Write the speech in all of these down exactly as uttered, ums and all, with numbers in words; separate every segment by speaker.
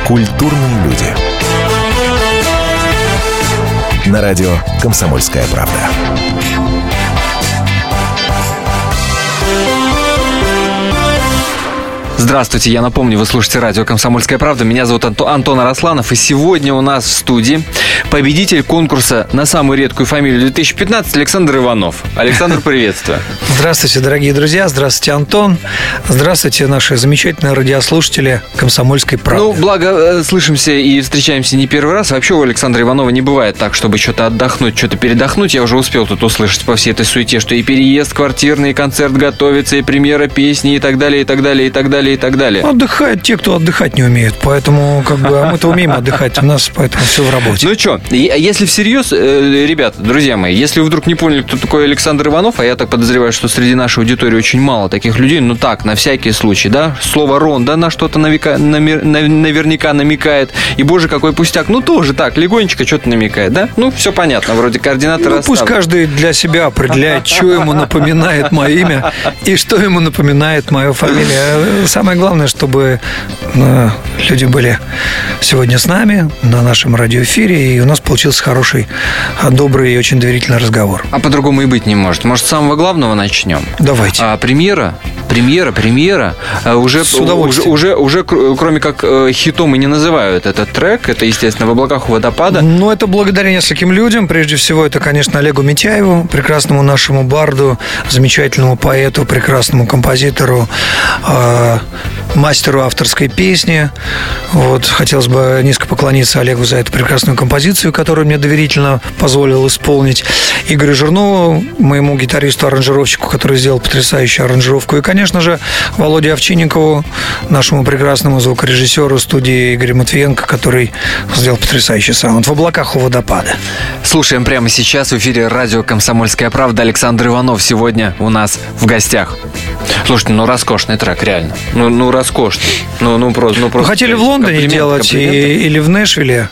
Speaker 1: Культурные люди. На радио «Комсомольская правда».
Speaker 2: Здравствуйте, я напомню, вы слушаете радио «Комсомольская правда». Меня зовут Анто, Антон Арасланов, и сегодня у нас в студии победитель конкурса на самую редкую фамилию две тысячи пятнадцать Александр Иванов. Александр, приветствую.
Speaker 3: Здравствуйте, дорогие друзья, здравствуйте, Антон. Здравствуйте, наши замечательные радиослушатели «Комсомольской правды».
Speaker 2: Ну, благо, слышимся и встречаемся не первый раз. Вообще у Александра Иванова не бывает так, чтобы что-то отдохнуть, что-то передохнуть. Я уже успел тут услышать по всей этой суете, что и переезд квартирный, и концерт готовится, и премьера песни, и так далее, и так далее, и так далее. и так далее.
Speaker 3: Отдыхают те, кто отдыхать не умеет. Поэтому, как бы, а мы-то умеем отдыхать. У нас поэтому все в работе.
Speaker 2: Ну что, если всерьез, ребят, друзья мои, если вы вдруг не поняли, кто такой Александр Иванов, а я так подозреваю, что среди нашей аудитории очень мало таких людей, ну так, на всякий случай, да, слово «ронда» на что-то навека, намер, наверняка намекает, и, боже, какой пустяк, ну тоже так, легонечко что-то намекает, да? Ну, все понятно, вроде координаты
Speaker 3: ну,
Speaker 2: расставлены.
Speaker 3: Пусть каждый для себя определяет, что ему напоминает мое имя и что ему напоминает моя фамилия. Самое главное, чтобы э, люди были сегодня с нами на нашем радиоэфире, и у нас получился хороший, добрый и очень доверительный разговор.
Speaker 2: А по-другому и быть не может. Может, с самого главного начнем?
Speaker 3: Давайте.
Speaker 2: А, премьера, премьера, премьера. Уже,
Speaker 3: с удовольствием.
Speaker 2: Уже, уже, уже, кроме как хитом и не называют этот трек. Это, естественно, «В облаках у водопада».
Speaker 3: Ну, это благодаря нескольким людям. Прежде всего, это, конечно, Олегу Митяеву, прекрасному нашему барду, замечательному поэту, прекрасному композитору, э, мастеру авторской песни. Вот, хотелось бы низко поклониться Олегу за эту прекрасную композицию, которую мне доверительно позволил исполнить. Игорю Жирнову, моему гитаристу-аранжировщику, который сделал потрясающую аранжировку. И, конечно же, Володе Овчинникову, нашему прекрасному звукорежиссеру студии Игоря Матвиенко, который сделал потрясающий саунд. «В облаках у водопада».
Speaker 2: Слушаем прямо сейчас в эфире радио «Комсомольская правда». Александр Иванов сегодня у нас в гостях. Слушайте, ну роскошный трек, реально. Ну, ну роскошный. Ну, ну просто, ну, просто.
Speaker 3: Мы хотели в Лондоне делать и, или в Нэшвилле,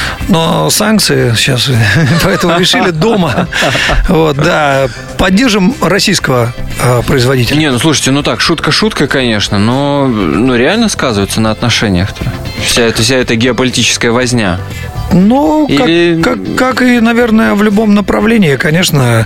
Speaker 3: но санкции сейчас, поэтому решили дома. Вот, да. Поддержим российского э, производителя.
Speaker 2: Не, ну слушайте, ну так, шутка шуткой, конечно, но ну, реально сказывается на отношениях-то. Вся эта, вся эта геополитическая возня.
Speaker 3: Ну,
Speaker 2: Или...
Speaker 3: как, как, как и, наверное, в любом направлении, конечно,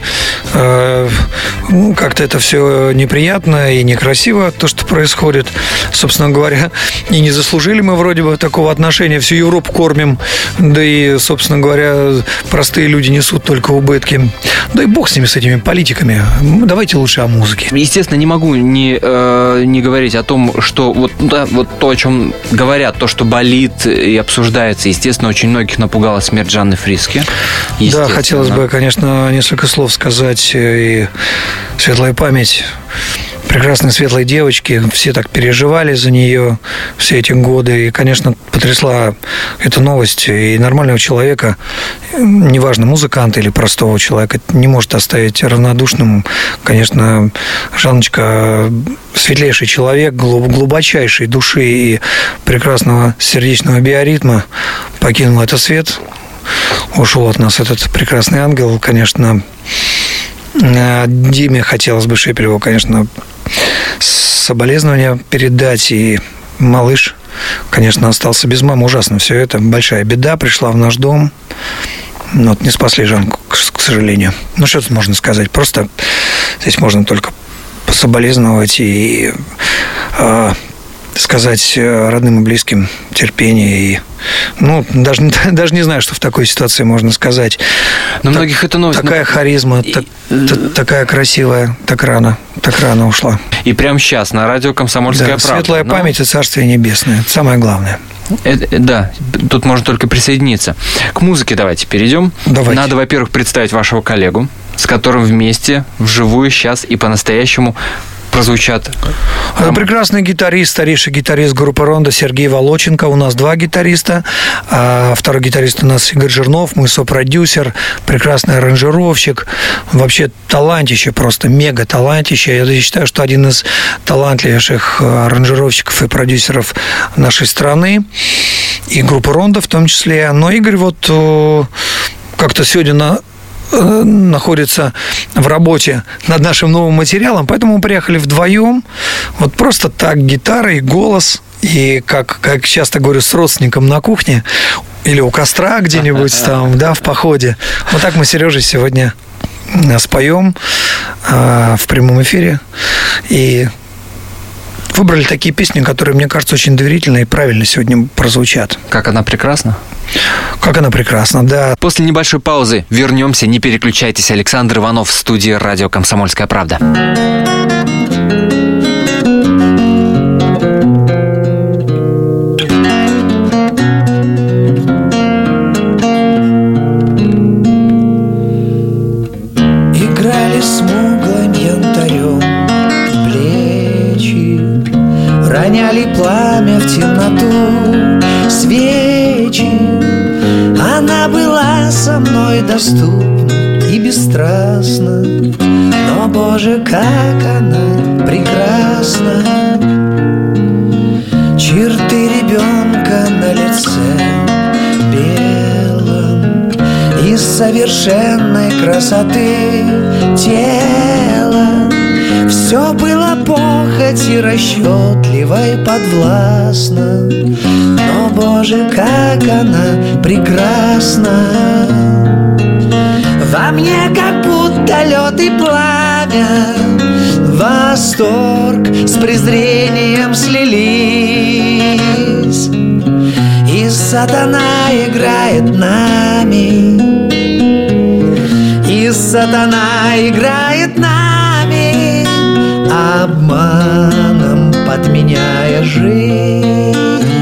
Speaker 3: э, ну, как-то это все неприятно и некрасиво, то, что происходит. Собственно говоря, и не заслужили мы вроде бы такого отношения. Всю Европу кормим, да и, собственно говоря, простые люди несут только убытки. Да и бог с ними, с этими политиками. Давайте лучше о музыке.
Speaker 2: Естественно, не могу не, э, не говорить о том, что вот, да, вот то, о чем говорят, то, что болит и обсуждается. Естественно, очень многих напугала смерть Жанны Фриске.
Speaker 3: Да, хотелось бы, конечно, несколько слов сказать. И светлая память прекрасной светлой девочки. Все так переживали за нее все эти годы. И, конечно, потрясла эта новость. И нормального человека, неважно, музыканта или простого человека, не может оставить равнодушным. Конечно, Жанночка светлейший человек, глубочайшей души и прекрасного сердечного биоритма, покинул этот свет. Ушел от нас этот прекрасный ангел. Конечно, Диме хотелось бы, Шепелеву, конечно, соболезнования передать. И малыш, конечно, остался без мамы. Ужасно все это. Большая беда пришла в наш дом. Но вот не спасли Жанку, к сожалению. Ну, что тут можно сказать? Просто здесь можно только пособолезновать и э, сказать родным и близким терпение. И, ну, даже, даже не знаю, что в такой ситуации можно сказать.
Speaker 2: Но так, многих это новость.
Speaker 3: Такая харизма, и... так, та, такая красивая, так рано, так рано ушла.
Speaker 2: И прямо сейчас на радио «Комсомольская
Speaker 3: да,
Speaker 2: правда».
Speaker 3: Светлая
Speaker 2: Но...
Speaker 3: память и царствие небесное. Это самое главное.
Speaker 2: Это, да, тут можно только присоединиться. К музыке давайте перейдем.
Speaker 3: Давайте.
Speaker 2: Надо, во-первых, представить вашего коллегу, с которым вместе вживую сейчас и по-настоящему прозвучат.
Speaker 3: Это прекрасный гитарист, старейший гитарист группы «Ронда» Сергей Волоченко. У нас два гитариста. А второй гитарист у нас Игорь Жирнов, мой сопродюсер, прекрасный аранжировщик. Вообще талантище, просто мега талантище. Я считаю, что один из талантливейших аранжировщиков и продюсеров нашей страны. И группы «Ронда» в том числе. Но Игорь вот как-то сегодня на находится в работе над нашим новым материалом, поэтому мы приехали вдвоем, вот просто так, гитара и голос, И как, как часто говорю с родственником на кухне или у костра где-нибудь там, да, в походе. Вот так мы с Сережей сегодня споем э, в прямом эфире. И выбрали такие песни, которые, мне кажется, очень доверительно и правильно сегодня прозвучат.
Speaker 2: Как она прекрасна.
Speaker 3: Как она прекрасна, да.
Speaker 2: После небольшой паузы вернемся, не переключайтесь. Александр Иванов в студии радио «Комсомольская правда».
Speaker 3: Играли смуглым янтарем плечи, роняли пламя в темноту свечи. Она была со мной доступна и бесстрастна, но, Боже, как она прекрасна. Черты ребенка на лице белом, из совершенной красоты тела. Все было похоть и расчетливо и подвластно, но, Боже, как она прекрасна. Во мне как будто лед и пламя, восторг с презрением слились, и сатана играет нами, и сатана играет нами, обманом подменяя жизнь.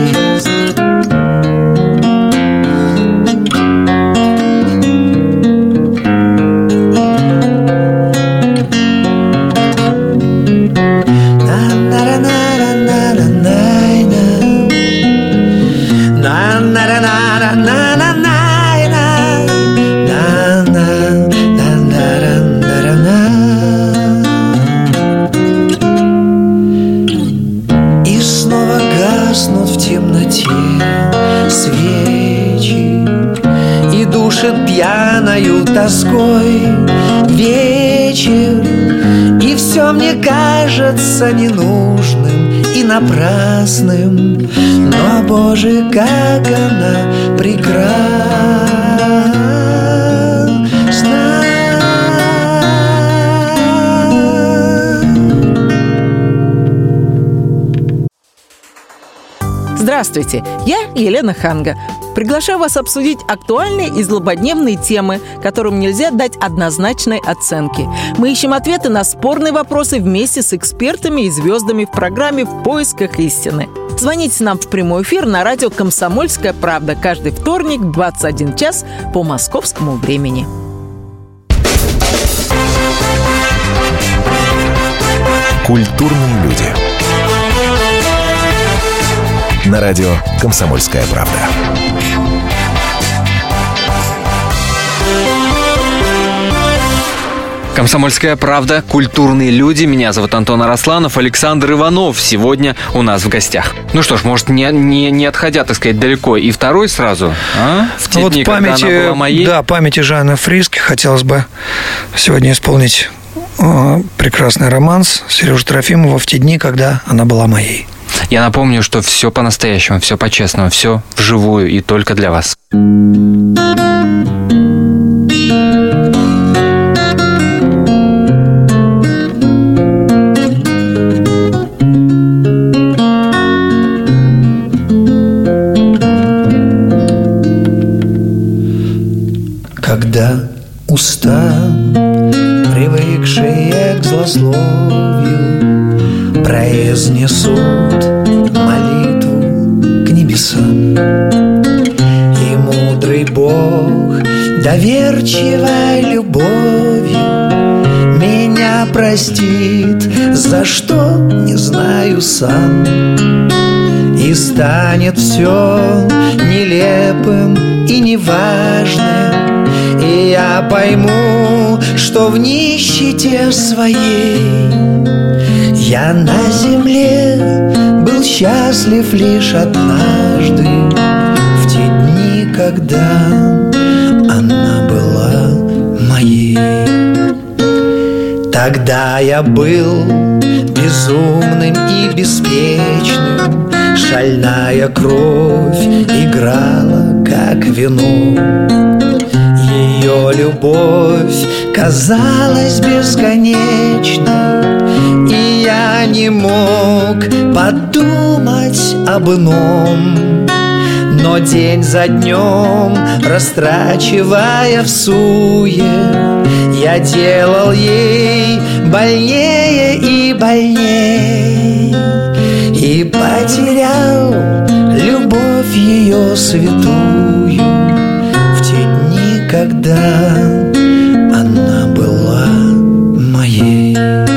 Speaker 3: Пьяною тоской вечер, и все мне кажется ненужным и напрасным, но, Боже, как она прекрасна.
Speaker 4: Здравствуйте, я Елена Ханга. Приглашаю вас обсудить актуальные и злободневные темы, которым нельзя дать однозначной оценки. Мы ищем ответы на спорные вопросы вместе с экспертами и звездами в программе «В поисках истины». Звоните нам в прямой эфир на радио «Комсомольская правда» каждый вторник в двадцать один час по московскому времени.
Speaker 1: Культурные люди. На радио «Комсомольская правда».
Speaker 2: «Комсомольская правда», культурные люди. Меня зовут Антон Арасланов, Александр Иванов сегодня у нас в гостях. Ну что ж, может, не, не, не отходя, так сказать, далеко, и второй сразу, а? В те
Speaker 3: вот
Speaker 2: дни,
Speaker 3: памяти,
Speaker 2: когда она была моей.
Speaker 3: Да, памяти Жанны Фриске хотелось бы сегодня исполнить э, прекрасный романс Сережи Трофимова «В те дни, когда она была моей».
Speaker 2: Я напомню, что все по-настоящему, все по-честному, все вживую и только для вас.
Speaker 3: Когда уста, привыкшие к злословию, произнесут молитву к небесам, и мудрый Бог доверчивой любовью меня простит, за что не знаю сам, и станет все нелепым и неважным, и я пойму, что в нищете своей я на земле был счастлив лишь однажды, в те дни, когда она была моей. Тогда я был безумным и беспечным,
Speaker 5: шальная кровь играла, как вино. Ее любовь казалась бесконечной, и я не мог подумать об ином. Но день за днем, растрачивая в суе, я делал ей больнее и больней, и потерял любовь ее святую в те дни, когда она была моей.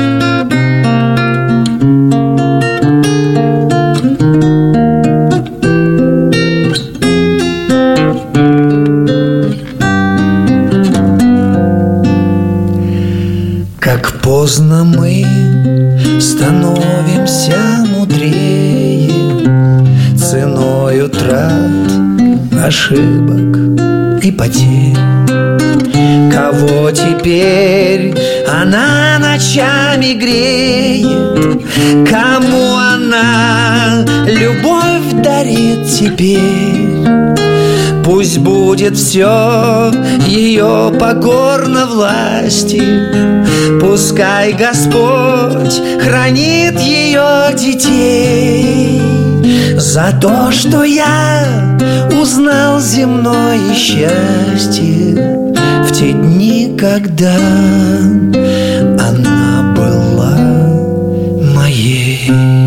Speaker 5: Как поздно мы становимся мудрее ценою трат, ошибок и потерь. Кого теперь она ночами греет, кому она любовь дарит теперь. Пусть будет все ее покорно власти, пускай Господь хранит ее детей. За то, что я узнал земное счастье в те дни, когда она была моей.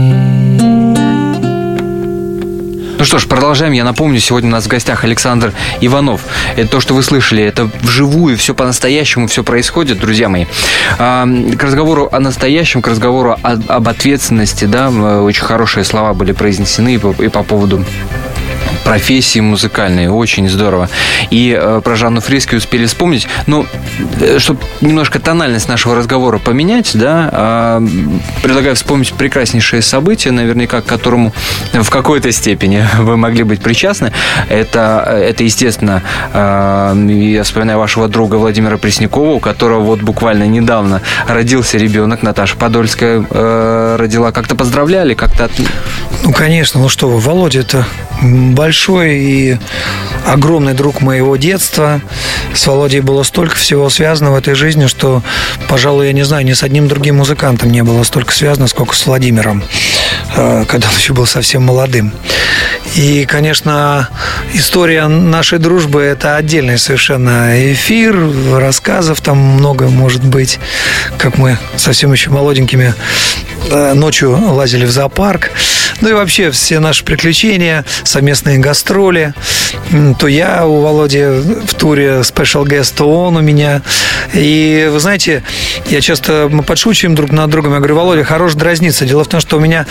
Speaker 2: Ну что ж, продолжаем. Я напомню, сегодня у нас в гостях Александр Иванов. Это то, что вы слышали, это вживую, все по-настоящему, все происходит, друзья мои. А, к разговору о настоящем, к разговору о, об ответственности, да, очень хорошие слова были произнесены и по, и по поводу профессии музыкальной. Очень здорово. И э, про Жанну Фриске успели вспомнить. Но, э, чтобы немножко тональность нашего разговора поменять, да, э, предлагаю вспомнить прекраснейшее событие, наверняка к которому в какой-то степени вы могли быть причастны. Это, это естественно, э, я вспоминаю вашего друга Владимира Преснякова, у которого вот буквально недавно родился ребенок. Наташа Подольская э, родила. Как-то поздравляли? Как-то...
Speaker 3: Ну, конечно. Ну что вы, Володя, это большой и огромный друг моего детства. С Володей было столько всего связано в этой жизни, что, пожалуй, я не знаю, ни с одним другим музыкантом не было столько связано, сколько с Владимиром, когда он еще был совсем молодым. И, конечно, история нашей дружбы – это отдельный совершенно эфир, рассказов там много может быть, как мы совсем еще молоденькими ночью лазили в зоопарк. Ну и вообще все наши приключения, совместные гастроли. То я у Володи в туре Special Guest, то он у меня. И вы знаете, я часто, мы подшучиваем друг над другом. Я говорю: Володя, хорош дразниться. Дело в том, что у меня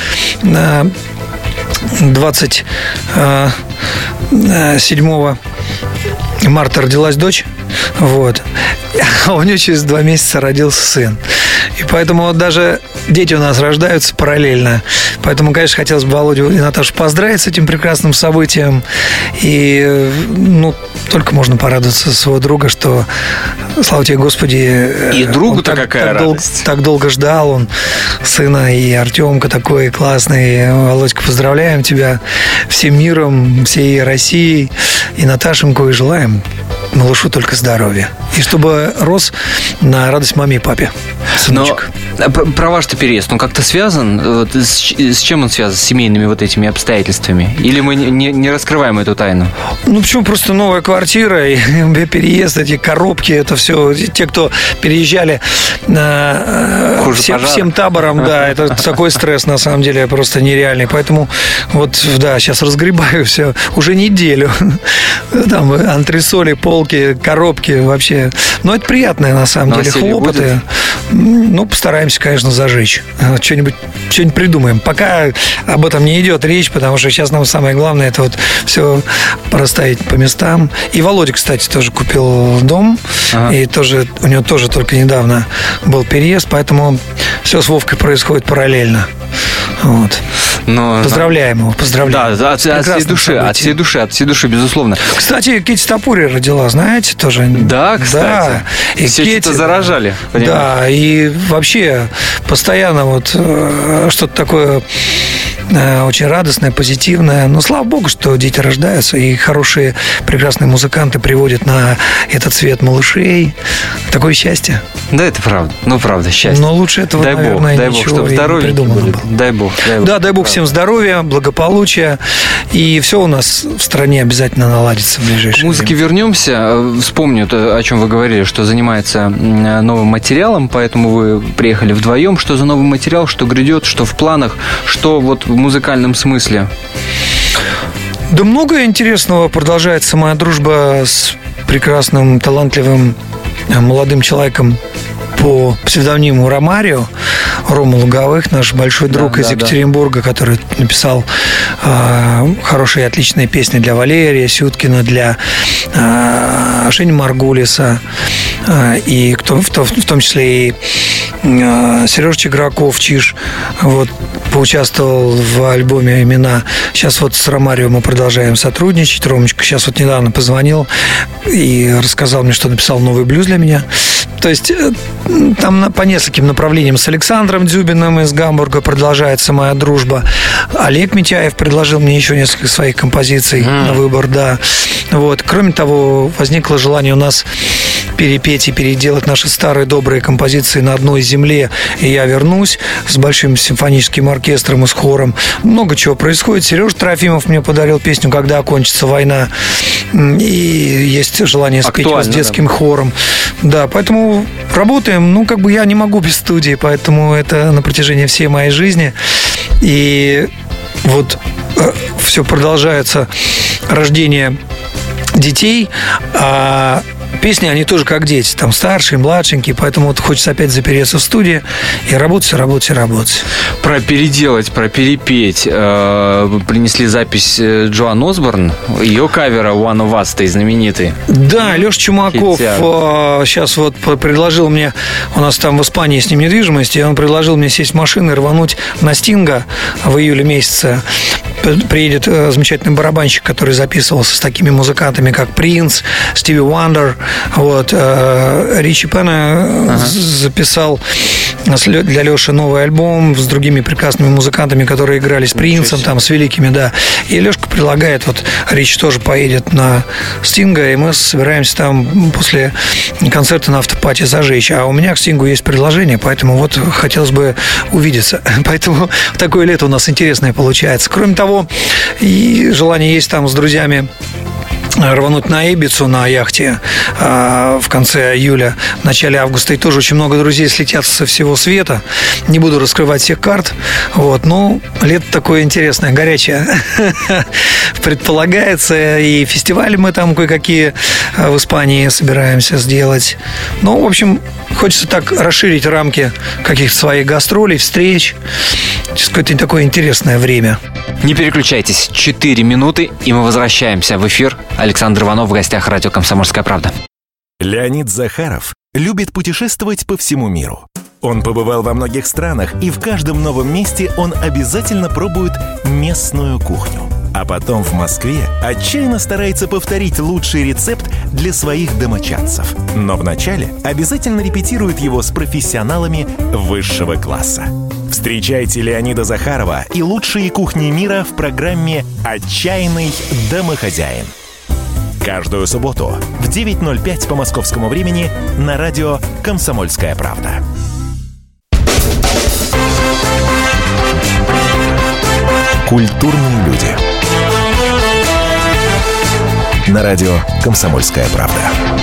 Speaker 3: двадцать седьмого марта родилась дочь. Вот. А у нее через два месяца родился сын. И поэтому вот даже дети у нас рождаются параллельно. Поэтому, конечно, хотелось бы Володю и Наташу поздравить с этим прекрасным событием. И, ну, только можно порадоваться за своего друга, что, слава тебе, Господи,
Speaker 2: и другу-то
Speaker 3: так,
Speaker 2: какая
Speaker 3: так,
Speaker 2: радость.
Speaker 3: Дол- так долго ждал он сына, и Артемка такой классный. Володька, поздравляем тебя всем миром, всей Россией, и Наташеньку, и желаем малышу только здоровья. И чтобы рос на радость маме и папе, сыночек.
Speaker 2: Но про ваш-то переезд, он как-то связан? Вот, с, с чем он связан? С семейными вот этими обстоятельствами? Или мы не, не раскрываем эту тайну?
Speaker 3: Ну, почему? Просто новая квартира, и переезд, эти коробки, это все. Те, кто переезжали э, всем, всем табором, да, это такой стресс, на самом деле, просто нереальный. Поэтому вот, да, сейчас разгребаю все уже неделю. Там антресоли, полки, коробки вообще. Но это приятное, на самом деле, хлопоты. Ну, постараемся, конечно, зажечь. Что-нибудь, что-нибудь придумаем. Пока об этом не идет речь, потому что сейчас нам самое главное — это вот все расставить по местам. И Володя, кстати, тоже купил дом. Ага. И тоже у него тоже только недавно был переезд, поэтому все с Вовкой происходит параллельно. Вот. Но, поздравляем его, поздравляем.
Speaker 2: Да, от, от всей души, от всей души, от всей души, безусловно.
Speaker 3: Кстати, Кетти Топури родила, знаете, тоже.
Speaker 2: Да, кстати.
Speaker 3: Да. И
Speaker 2: все
Speaker 3: Кетти,
Speaker 2: что-то заражали. Понимаешь?
Speaker 3: Да, и вообще постоянно вот что-то такое очень радостная, позитивная. Но слава богу, что дети рождаются, и хорошие, прекрасные музыканты приводят на этот свет малышей. Такое счастье.
Speaker 2: Да, это правда. Ну, правда, счастье.
Speaker 3: Но лучше этого,
Speaker 2: дай
Speaker 3: наверное,
Speaker 2: бог, дай
Speaker 3: ничего
Speaker 2: бог, чтобы
Speaker 3: и
Speaker 2: здоровье
Speaker 3: не придумано было.
Speaker 2: Дай бог, дай бог.
Speaker 3: Да, дай бог правда. Всем здоровья, благополучия. И все у нас в стране обязательно наладится в ближайшее время.
Speaker 2: К музыке вернемся. Вспомню, о чем вы говорили, что занимается новым материалом, поэтому вы приехали вдвоем. Что за новый материал, что грядет, что в планах, что вот в музыкальном смысле?
Speaker 3: Да много интересного. Продолжается моя дружба с прекрасным, талантливым молодым человеком по псевдониму Ромарио, Рома Луговых, наш большой друг да, из да, Екатеринбурга, да. который написал э, хорошие и отличные песни для Валерия Сюткина, для э, Жени Маргулиса, э, и кто, в, том, в том числе и э, Сережа Чиграков, Чиж, вот, поучаствовал в альбоме «Имена». Сейчас вот с Ромарио мы продолжаем сотрудничать. Ромочка сейчас вот недавно позвонил и рассказал мне, что написал новый блюз для меня. То есть там по нескольким направлениям. С Александром Дзюбиным из Гамбурга продолжается моя дружба. Олег Митяев предложил мне еще несколько своих композиций mm. на выбор, да. Вот. Кроме того, возникло желание у нас перепеть и переделать наши старые добрые композиции «На одной земле» и «Я вернусь» с большим симфоническим оркестром и с хором. Много чего происходит. Сережа Трофимов мне подарил песню «Когда окончится война». И есть желание спеть его с детским да. хором. Да, поэтому работаем. Ну, как бы я не могу без студии, поэтому это на протяжении всей моей жизни. И вот э, все продолжается, рождение детей, а песни, они тоже как дети, там старшие, младшенькие, поэтому вот хочется опять запереться в студии и работать, работать, работать.
Speaker 2: Про переделать, про перепеть. Э, принесли запись Джоан Осборн, ее кавера «One of Us», знаменитый.
Speaker 3: Да, Леша Чумаков э, сейчас вот предложил мне, у нас там в Испании с ним недвижимость, и он предложил мне сесть в машину и рвануть на Стинга в июле месяце. Приедет э, замечательный барабанщик, который записывался с такими музыкантами, как Принц, Стиви Уандер. Вот, э, Ричи Пена ага. записал для Леши новый альбом с другими прекрасными музыкантами, которые играли с Принцем, там, с великими, да. И Лешка предлагает, вот Ричи тоже поедет на Стинга, и мы собираемся там после концерта на автопате зажечь. А у меня к Стингу есть предложение, поэтому вот хотелось бы увидеться. Поэтому такое лето у нас интересное получается. Кроме того, и желание есть там с друзьями рвануть на Ибицу на яхте а, в конце июля, в начале августа. И тоже очень много друзей слетят со всего света. Не буду раскрывать всех карт. Вот. Ну, лето такое интересное, горячее. Предполагается. И фестивали мы там кое-какие в Испании собираемся сделать. Ну, в общем, хочется так расширить рамки каких-то своих гастролей, встреч. Сейчас какое-то такое интересное время.
Speaker 2: Не переключайтесь. Четыре минуты, и мы возвращаемся в эфир. Александр Иванов в гостях радио «Комсомольская правда».
Speaker 1: Леонид Захаров любит путешествовать по всему миру. Он побывал во многих странах, и в каждом новом месте он обязательно пробует местную кухню. А потом в Москве отчаянно старается повторить лучший рецепт для своих домочадцев. Но вначале обязательно репетирует его с профессионалами высшего класса. Встречайте Леонида Захарова и лучшие кухни мира в программе «Отчаянный домохозяин». Каждую субботу в девять ноль пять по московскому времени на радио «Комсомольская правда». Культурные люди. На радио «Комсомольская правда».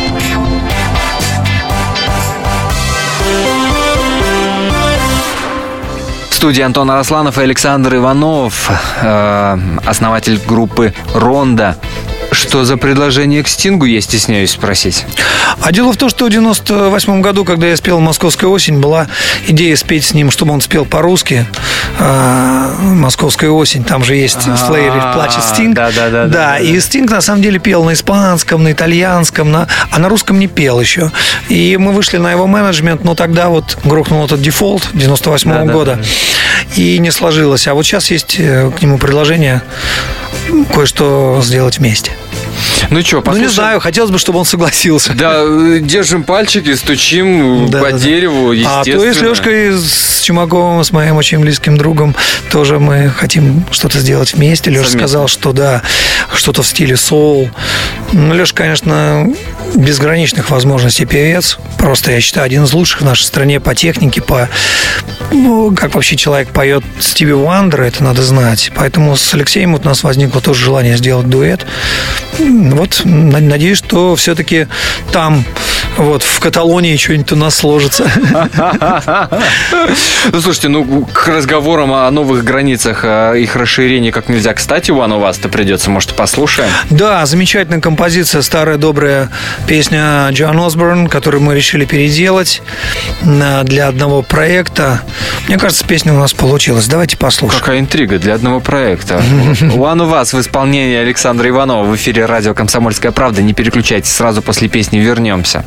Speaker 2: В студии Антон Арасланов и Александр Иванов, э, основатель группы «Ронда». Что за предложение к Стингу, я стесняюсь спросить?
Speaker 3: А дело в том, что в девяносто восьмом году, когда я спел «Московская осень», была идея спеть с ним, чтобы он спел по-русски «Московская осень». Там же есть в Слэере «Плачет Стинг».
Speaker 2: Да, да, да.
Speaker 3: Да, и Стинг на самом деле пел на испанском, на итальянском, на... а на русском не пел еще. И мы вышли на его менеджмент, но тогда вот грохнул этот дефолт девяносто восьмого
Speaker 2: да,
Speaker 3: года.
Speaker 2: Да, да.
Speaker 3: И не сложилось. А вот сейчас есть к нему предложение кое-что сделать вместе.
Speaker 2: Ну что, послушаем?
Speaker 3: Ну, не знаю, хотелось бы, чтобы он согласился.
Speaker 2: Да, держим пальчики, стучим да, по да, дереву, естественно. А
Speaker 3: то и с Лешкой, с Чумаковым, с моим очень близким другом, тоже мы хотим что-то сделать вместе. Леша Совместно. сказал, что да, что-то в стиле соул. Ну, Леша, конечно, безграничных возможностей певец. Просто, я считаю, один из лучших в нашей стране по технике, по... Ну, как вообще человек поет Стиви Уандера, это надо знать. Поэтому с Алексеем вот у нас возникло тоже желание сделать дуэт. Вот, надеюсь, что все-таки там, вот, в Каталонии что-нибудь у нас сложится.
Speaker 2: Ну, слушайте, ну, к разговорам о новых границах, о их расширении как нельзя кстати, One of Us-то придется, может, послушаем?
Speaker 3: Да, замечательная композиция, старая добрая песня Джон Осборн, которую мы решили переделать для одного проекта. Мне кажется, песня у нас получилась. Давайте послушаем.
Speaker 2: Какая интрига для одного проекта. One of Us в исполнении Александра Иванова в эфире радио «Комсомольская правда». Не переключайтесь, сразу после песни вернемся.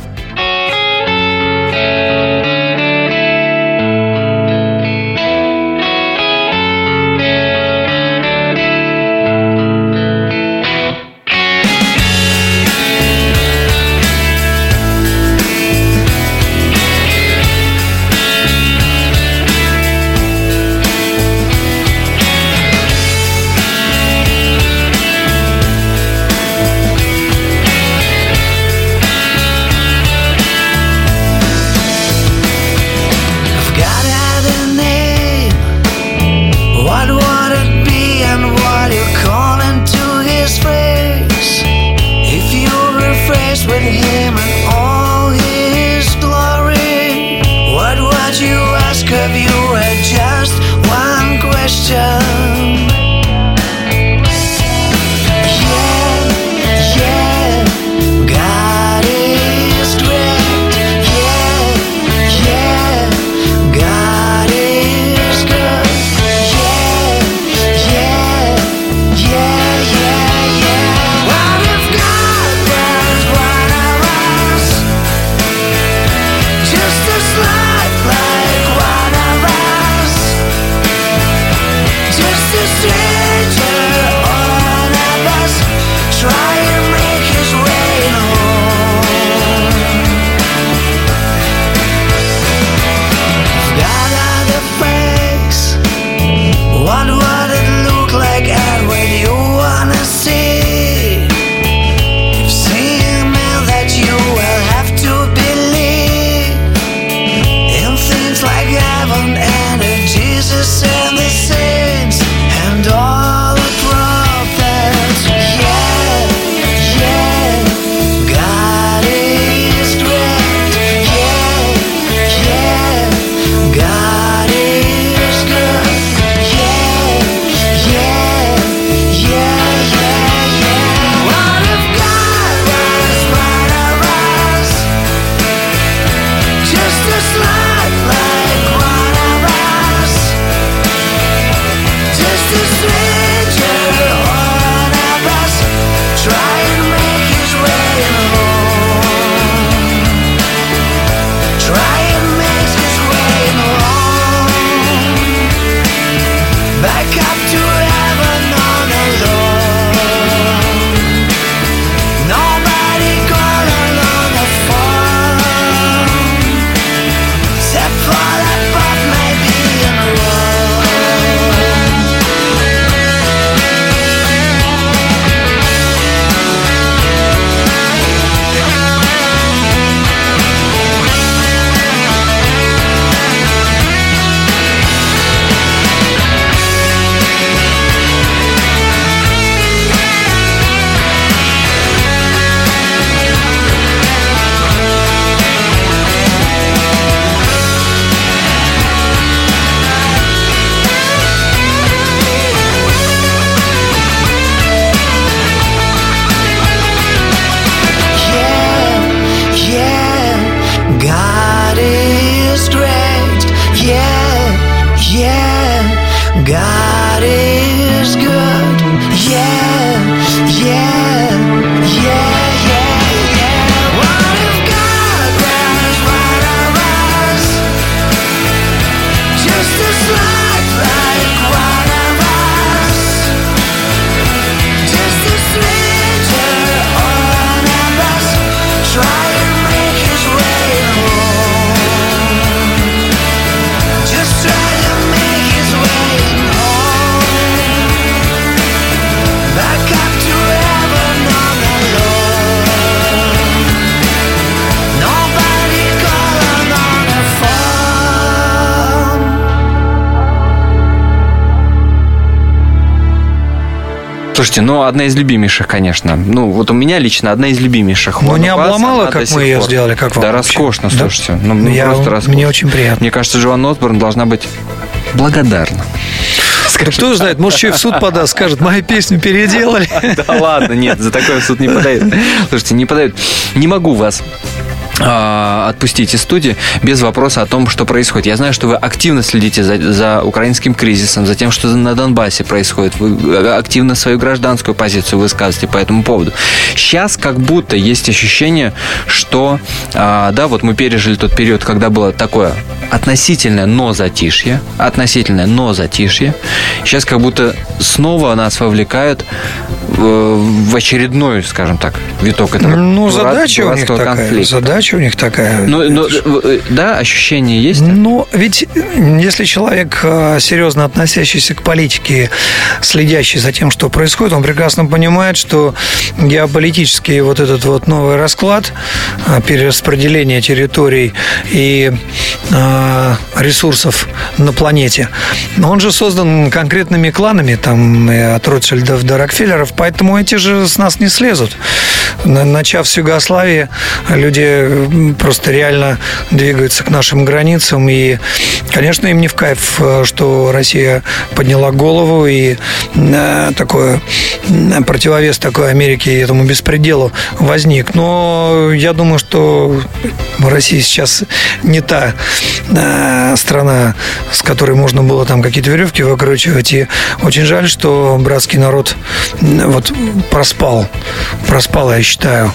Speaker 2: Слушайте, ну, одна из любимейших, конечно. Ну, вот у меня лично одна из любимейших.
Speaker 3: Ну, не обломала, как мы ее сделали, как вам?
Speaker 2: Да, роскошно,
Speaker 3: да?
Speaker 2: Слушайте. Ну, ну,
Speaker 3: Я,
Speaker 2: просто роскошно.
Speaker 3: Мне очень приятно.
Speaker 2: Мне кажется, Джоанна Осборн должна быть благодарна.
Speaker 3: Ну, кто знает, может, еще и в суд подаст, скажет, мою песню переделали.
Speaker 2: Да ладно, нет, за такое в суд не подают. Слушайте, не подают. Не могу вас отпустить из студии без вопроса о том, что происходит. Я знаю, что вы активно следите за, за украинским кризисом, за тем, что на Донбассе происходит. Вы активно свою гражданскую позицию высказываете по этому поводу. Сейчас как будто есть ощущение, что а, да, вот мы пережили тот период, когда было такое относительное, но затишье. Относительное, но затишье. Сейчас как будто снова нас вовлекают в, в очередной, скажем так, виток этого
Speaker 3: ну, задача у них такая,
Speaker 2: конфликта.
Speaker 3: Задача у них такая.
Speaker 2: Ну, ну, да, ощущение есть?
Speaker 3: Ну, ведь если человек, серьезно относящийся к политике, следящий за тем, что происходит, он прекрасно понимает, что геополитический вот этот вот новый расклад, перераспределение территорий и ресурсов на планете, он же создан конкретными кланами, там, от Ротшильдов до Рокфеллеров, поэтому эти же с нас не слезут. Начав с Югославии, люди просто реально двигаются к нашим границам, и, конечно, им не в кайф, что Россия подняла голову, и такой противовес такой Америке и этому беспределу возник. Но я думаю, что Россия сейчас не та страна, с которой можно было там какие-то веревки выкручивать, и очень жаль, что братский народ вот проспал, проспал, я считаю,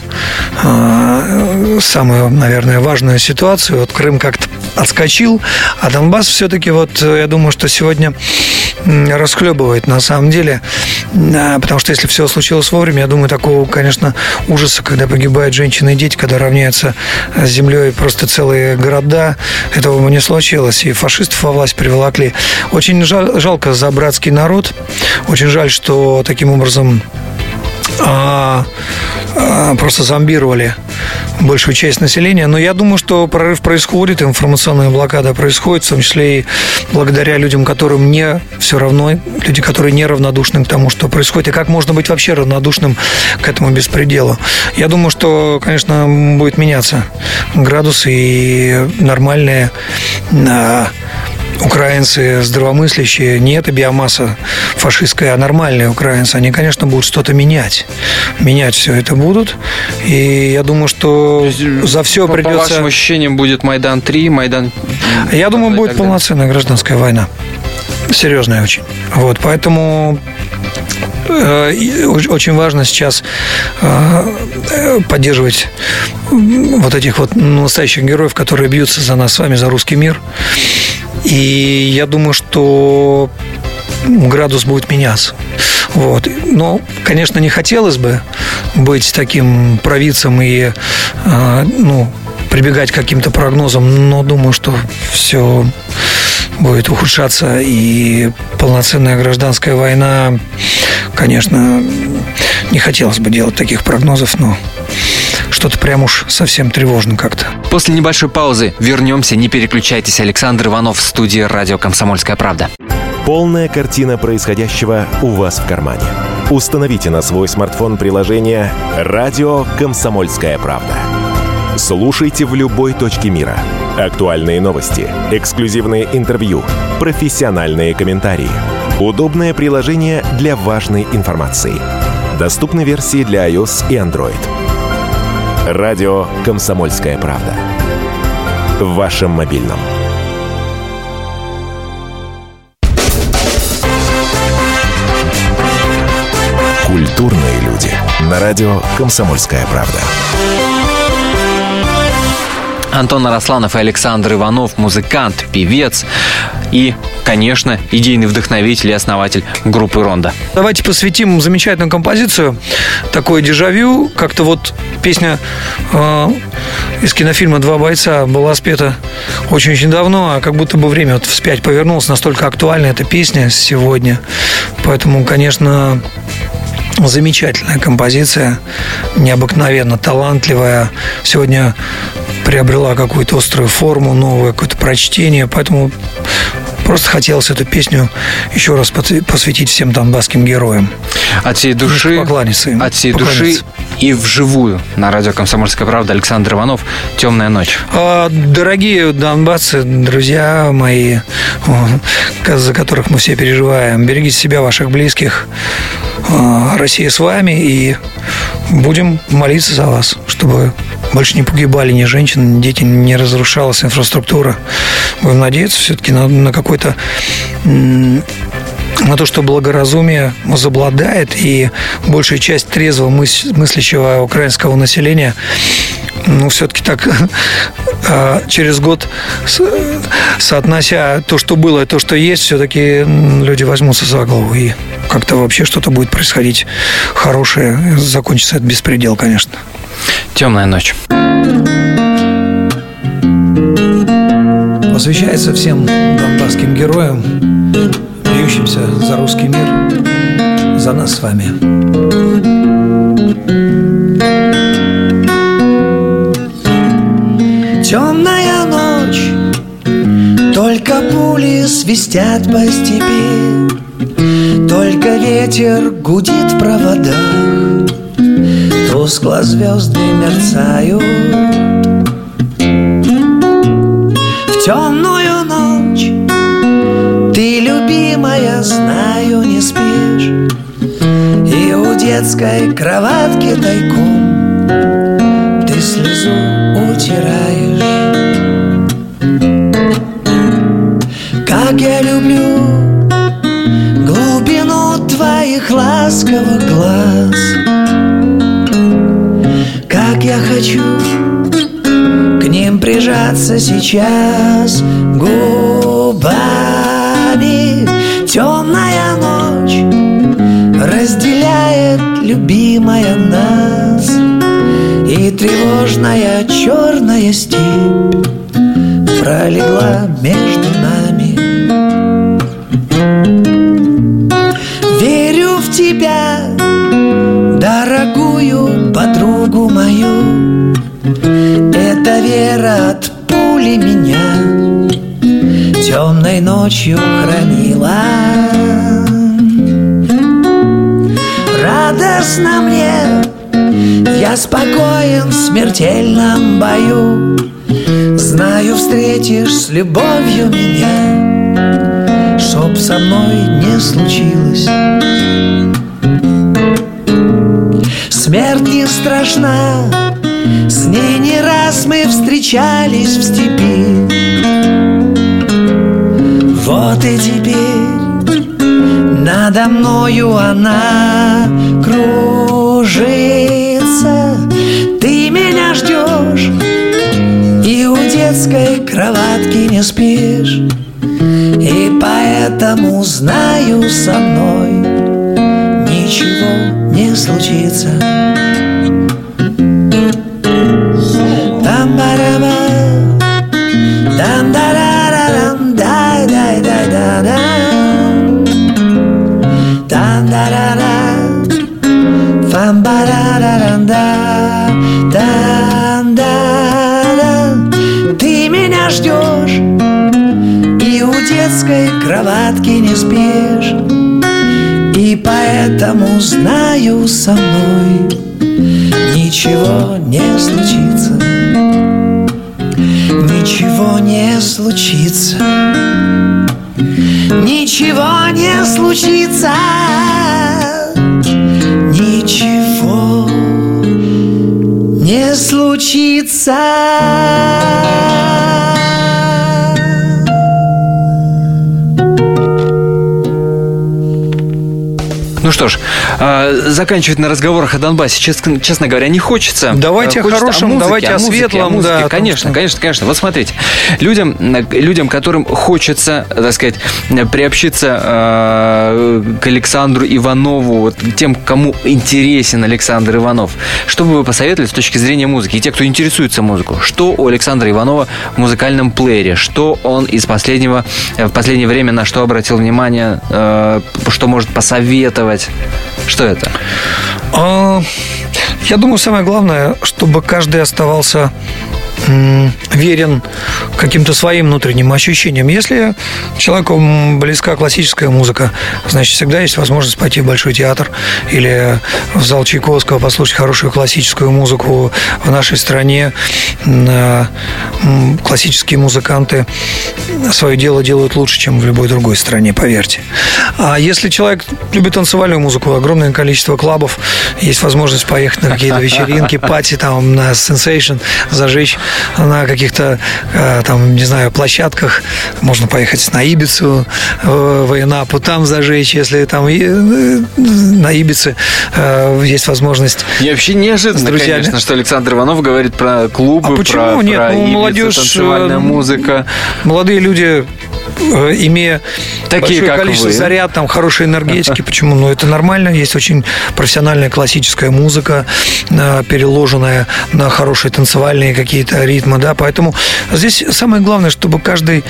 Speaker 3: самую, наверное, важную ситуацию. Вот Крым как-то отскочил, а Донбасс все-таки, вот, я думаю, что сегодня расхлебывает на самом деле, потому что если все случилось вовремя, я думаю, такого, конечно, ужаса, когда погибают женщины и дети, когда равняются с землей просто целые города, этого бы не случилось, и фашистов во власть приволокли. Очень жаль, жалко за братский народ, очень жаль, что таким образом а, а, просто зомбировали большую часть населения. Но я думаю, что прорыв происходит, информационная блокада происходит, в том числе и благодаря людям, которым не все равно, люди, которые не равнодушны к тому, что происходит, и как можно быть вообще равнодушным к этому беспределу. Я думаю, что, конечно, будет меняться градус, и нормальные украинцы здравомыслящие, не эта биомасса фашистская, а нормальные украинцы, они, конечно, будут что-то менять. Менять все это будут. И я думаю, что за все
Speaker 2: по,
Speaker 3: придется...
Speaker 2: По вашим ощущениям, будет Майдан три, Майдан...
Speaker 3: Я думаю, будет полноценная гражданская война. Серьезная очень. Вот, поэтому... Очень важно сейчас поддерживать вот этих вот настоящих героев, которые бьются за нас с вами, за русский мир. И я думаю, что градус будет меняться. Вот. Но, конечно, не хотелось бы быть таким провидцем и ну, прибегать к каким-то прогнозам, но думаю, что все будет ухудшаться, и полноценная гражданская война, конечно, не хотелось бы делать таких прогнозов, но что-то прям уж совсем тревожно как-то.
Speaker 2: После небольшой паузы вернемся, не переключайтесь. Александр Иванов в студии «Радио Комсомольская правда».
Speaker 1: Полная картина происходящего у вас в кармане. Установите на свой смартфон приложение «Радио Комсомольская правда». Слушайте в любой точке мира. Актуальные новости, эксклюзивные интервью, профессиональные комментарии. Удобное приложение для важной информации. Доступны версии для iOS и Android. Радио «Комсомольская правда». В вашем мобильном. Культурные люди. На радио «Комсомольская правда».
Speaker 2: Антон Арасланов и Александр Иванов, музыкант, певец и, конечно, идейный вдохновитель и основатель группы «Рондо».
Speaker 3: Давайте посвятим замечательную композицию, такое дежавю. Как-то вот песня э, из кинофильма «Два бойца» была спета очень-очень давно, а как будто бы время вот вспять повернулось, настолько актуальна эта песня сегодня. Поэтому, конечно, замечательная композиция, необыкновенно талантливая. Сегодня приобрела какую-то острую форму, новое какое-то прочтение. Поэтому просто хотелось эту песню еще раз посвятить всем донбасским героям.
Speaker 2: От всей души, от всей души и вживую на радио «Комсомольская правда» Александр Иванов, «Темная ночь».
Speaker 3: Дорогие донбассы, друзья мои, за которых мы все переживаем, берегите себя, ваших близких. Россия с вами, и будем молиться за вас, чтобы больше не погибали ни женщины, ни дети, не разрушалась инфраструктура. Будем надеяться все-таки на, на какой-то... на то, что благоразумие возобладает, и большая часть трезво мыс- мыслящего украинского населения, ну, все-таки так через год, соотнося то, что было, и то, что есть, все-таки люди возьмутся за голову, и как-то вообще что-то будет происходить хорошее, закончится этот беспредел, конечно.
Speaker 2: «Темная ночь».
Speaker 3: Посвящается всем донбасским героям, бьющимся за русский мир, за нас с вами.
Speaker 5: Темная ночь, только пули свистят по степи, только ветер гудит в проводах, тускло звезды мерцают. В темную ночь ты, любимая, знаю, не спишь, и у детской кроватки тайком ты слезу утираешь. Как я люблю глубину твоих ласковых глаз, как я хочу к ним прижаться сейчас губами. Темная ночь разделяет, любимая, нас, и тревожная черная степь пролегла между нами. Верю в тебя, дорогую подругу мою, эта вера от пули меня темной ночью хранила. Радостно мне, я спокоен в смертельном бою, знаю, встретишь с любовью меня, чтоб со мной не случилось. Смерть не страшна, с ней не раз мы встречались в степи. Вот и теперь надо мною она кружится. Ты меня ждешь и у детской кроватки не спишь, и поэтому знаю, со мной ничего не случится. Там-бараба, там-дарарарам, дай-дай-дай-да-дам, там-дарара, фам-барарарам-да, там-дара. Ты меня ждешь и у детской кроватки не спишь, и поэтому знаю, со мной ничего не случится. Ничего не случится. Ничего не случится. Ничего не случится.
Speaker 2: Ну что ж, заканчивать на разговорах о Донбассе, честно, честно говоря, не хочется.
Speaker 3: Давайте
Speaker 2: хочется
Speaker 3: о хорошем,
Speaker 2: о музыке,
Speaker 3: давайте о,
Speaker 2: о музыке,
Speaker 3: светлом.
Speaker 2: О музыке.
Speaker 3: Да,
Speaker 2: конечно,
Speaker 3: том,
Speaker 2: конечно, конечно. Вот смотрите, людям, людям, которым хочется, так сказать, приобщиться э, к Александру Иванову, вот, тем, кому интересен Александр Иванов, что бы вы посоветовали с точки зрения музыки? И те, кто интересуется музыкой, что у Александра Иванова в музыкальном плеере, что он из последнего, в последнее время на что обратил внимание, э, что может посоветовать? Что это?
Speaker 3: Я думаю, самое главное, чтобы каждый оставался верен каким-то своим внутренним ощущениям. Если человеку близка классическая музыка, значит, всегда есть возможность пойти в Большой театр или в зал Чайковского, послушать хорошую классическую музыку. В нашей стране классические музыканты свое дело делают лучше, чем в любой другой стране, поверьте. А если человек любит танцевальную музыку, огромное количество клубов, есть возможность поехать на какие-то вечеринки, пати, там, на Sensation, зажечь на каких-то, там, не знаю, площадках. Можно поехать на Ибицу, в Инапу, там зажечь, если там на Ибице есть возможность.
Speaker 2: Я вообще неожиданно, конечно, что Александр Иванов говорит про клубы,
Speaker 3: а почему?
Speaker 2: про,
Speaker 3: Нет,
Speaker 2: про
Speaker 3: ну,
Speaker 2: Ибицу,
Speaker 3: молодежь,
Speaker 2: танцевальная музыка.
Speaker 3: Молодые люди, имея
Speaker 2: такие,
Speaker 3: большое количество
Speaker 2: вы.
Speaker 3: заряд, там, хорошей энергетики, почему? Ну, это нормально. Есть очень профессиональная классическая музыка, переложенная на хорошие танцевальные какие-то ритмы, да, поэтому здесь самое главное, чтобы каждый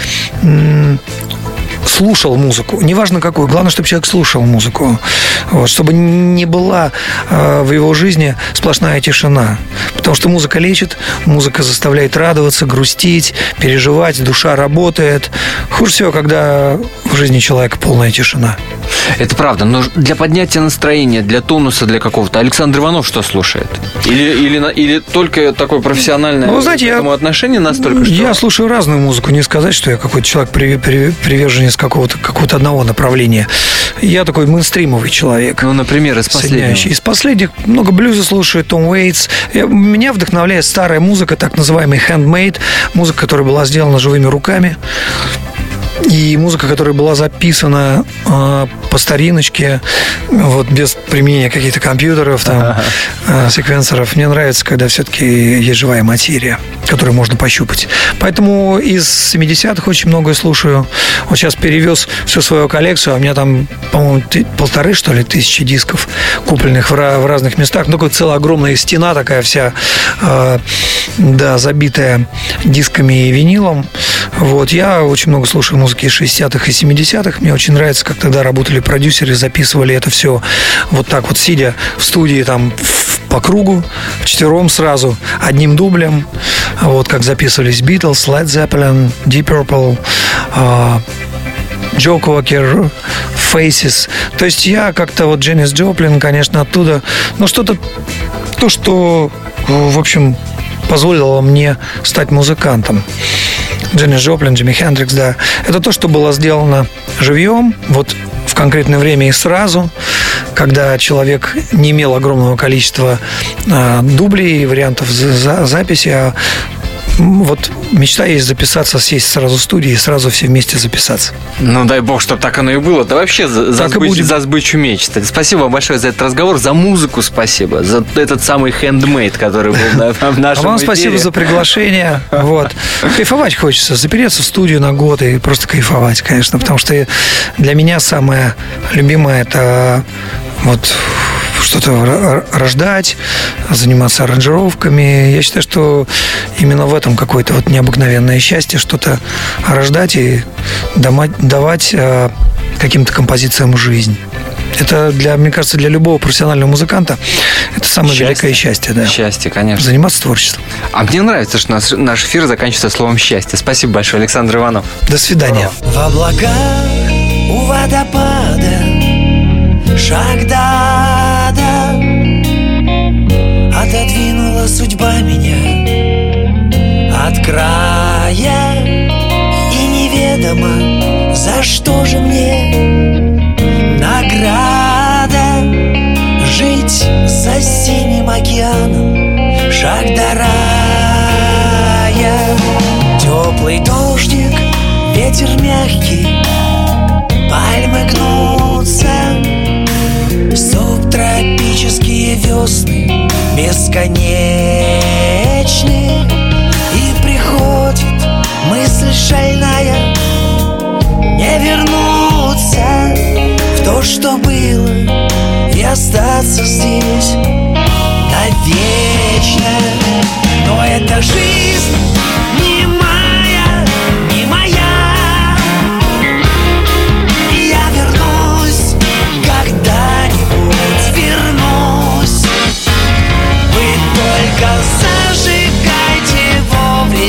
Speaker 3: слушал музыку, неважно какую, главное, чтобы человек слушал музыку, вот, чтобы не была э, в его жизни сплошная тишина, потому что музыка лечит, музыка заставляет радоваться, грустить, переживать, душа работает. Хуже всего, когда в жизни человека полная тишина.
Speaker 2: Это правда, но для поднятия настроения, для тонуса, для какого-то Александр Иванов что слушает? Или, или, или только такое профессиональное ну, знаете, к этому я, отношение настолько, что...
Speaker 3: Я слушаю разную музыку, не сказать, что я какой-то человек приверженец какого-то, какого-то одного направления. Я такой мейнстримовый человек.
Speaker 2: Ну, например, из последних.
Speaker 3: Из последних много блюза слушаю, Том Уэйтс. Я, меня вдохновляет старая музыка, так называемый handmade, музыка, которая была сделана живыми руками. И музыка, которая была записана э, по стариночке, вот, без применения каких-то компьютеров, там, э, секвенсоров. Мне нравится, когда все-таки есть живая материя, которую можно пощупать. Поэтому из семидесятых очень многое слушаю. Вот сейчас перевез всю свою коллекцию, а у меня там, по-моему, полторы, что ли, тысячи дисков, купленных в, в разных местах. Ну, такая целая огромная стена такая вся, э, да, забитая дисками и винилом. Вот, я очень много слушаю музыки из шестидесятых и семидесятых. Мне очень нравится, как тогда работали продюсеры, записывали это все вот так вот, сидя в студии там по кругу, вчетвером сразу, одним дублем. Вот как записывались Beatles, Led Zeppelin, Deep Purple, Джо Кокер, Faces. То есть я как-то вот Дженнис Джоплин, конечно, оттуда, но что-то, то, что, в общем, позволило мне стать музыкантом. Дженнис Джоплин, Джимми Хендрикс, да. Это то, что было сделано живьем, вот в конкретное время и сразу, когда человек не имел огромного количества э, дублей, вариантов за- записи, а вот мечта есть записаться, сесть сразу в студии и сразу все вместе записаться.
Speaker 2: Ну, дай бог, чтобы так оно и было. Да вообще за, за, сбыч, за сбычу мечт. Спасибо вам большое за этот разговор, за музыку спасибо, за этот самый хендмейд, который был на, в нашем
Speaker 3: А вам
Speaker 2: эфире.
Speaker 3: Спасибо за приглашение. Вот. Кайфовать хочется, запереться в студию на год и просто кайфовать, конечно, потому что для меня самое любимое – это вот что-то рождать, заниматься аранжировками. Я считаю, что именно в этом какое-то вот необыкновенное счастье, что-то рождать и давать каким-то композициям жизнь. Это, для, мне кажется, для любого профессионального музыканта это самое счастье. великое счастье. Да.
Speaker 2: Счастье, конечно.
Speaker 3: Заниматься творчеством.
Speaker 2: А мне нравится, что наш, наш эфир заканчивается словом «счастье». Спасибо большое, Александр Иванов.
Speaker 3: До свидания.
Speaker 5: В облаках у водопада шаг да да отодвинула судьба меня от края, и неведомо, за что же мне награда жить за синим океаном, шаг до рая. Теплый дождик, ветер мягкий, пальмы гнутся, субтропические весны бесконечны, и приходит мысль шальная не вернуться в то, что было, и остаться здесь навечно. Но эта жизнь не моя, не моя, и я вернусь, когда-нибудь вернусь. Вы только зажигайте вовремя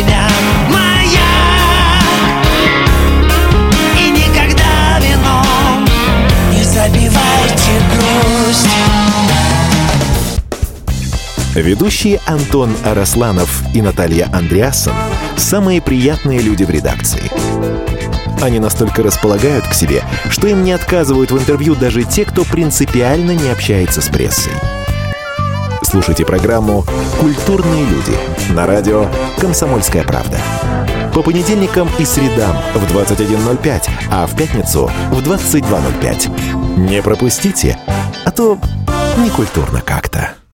Speaker 1: Ведущие Антон Арасланов и Наталья Андреасон – самые приятные люди в редакции. Они настолько располагают к себе, что им не отказывают в интервью даже те, кто принципиально не общается с прессой. Слушайте программу «Культурные люди» на радио «Комсомольская правда». По понедельникам и средам в двадцать один ноль пять, а в пятницу в двадцать два ноль пять. Не пропустите, а то некультурно как-то.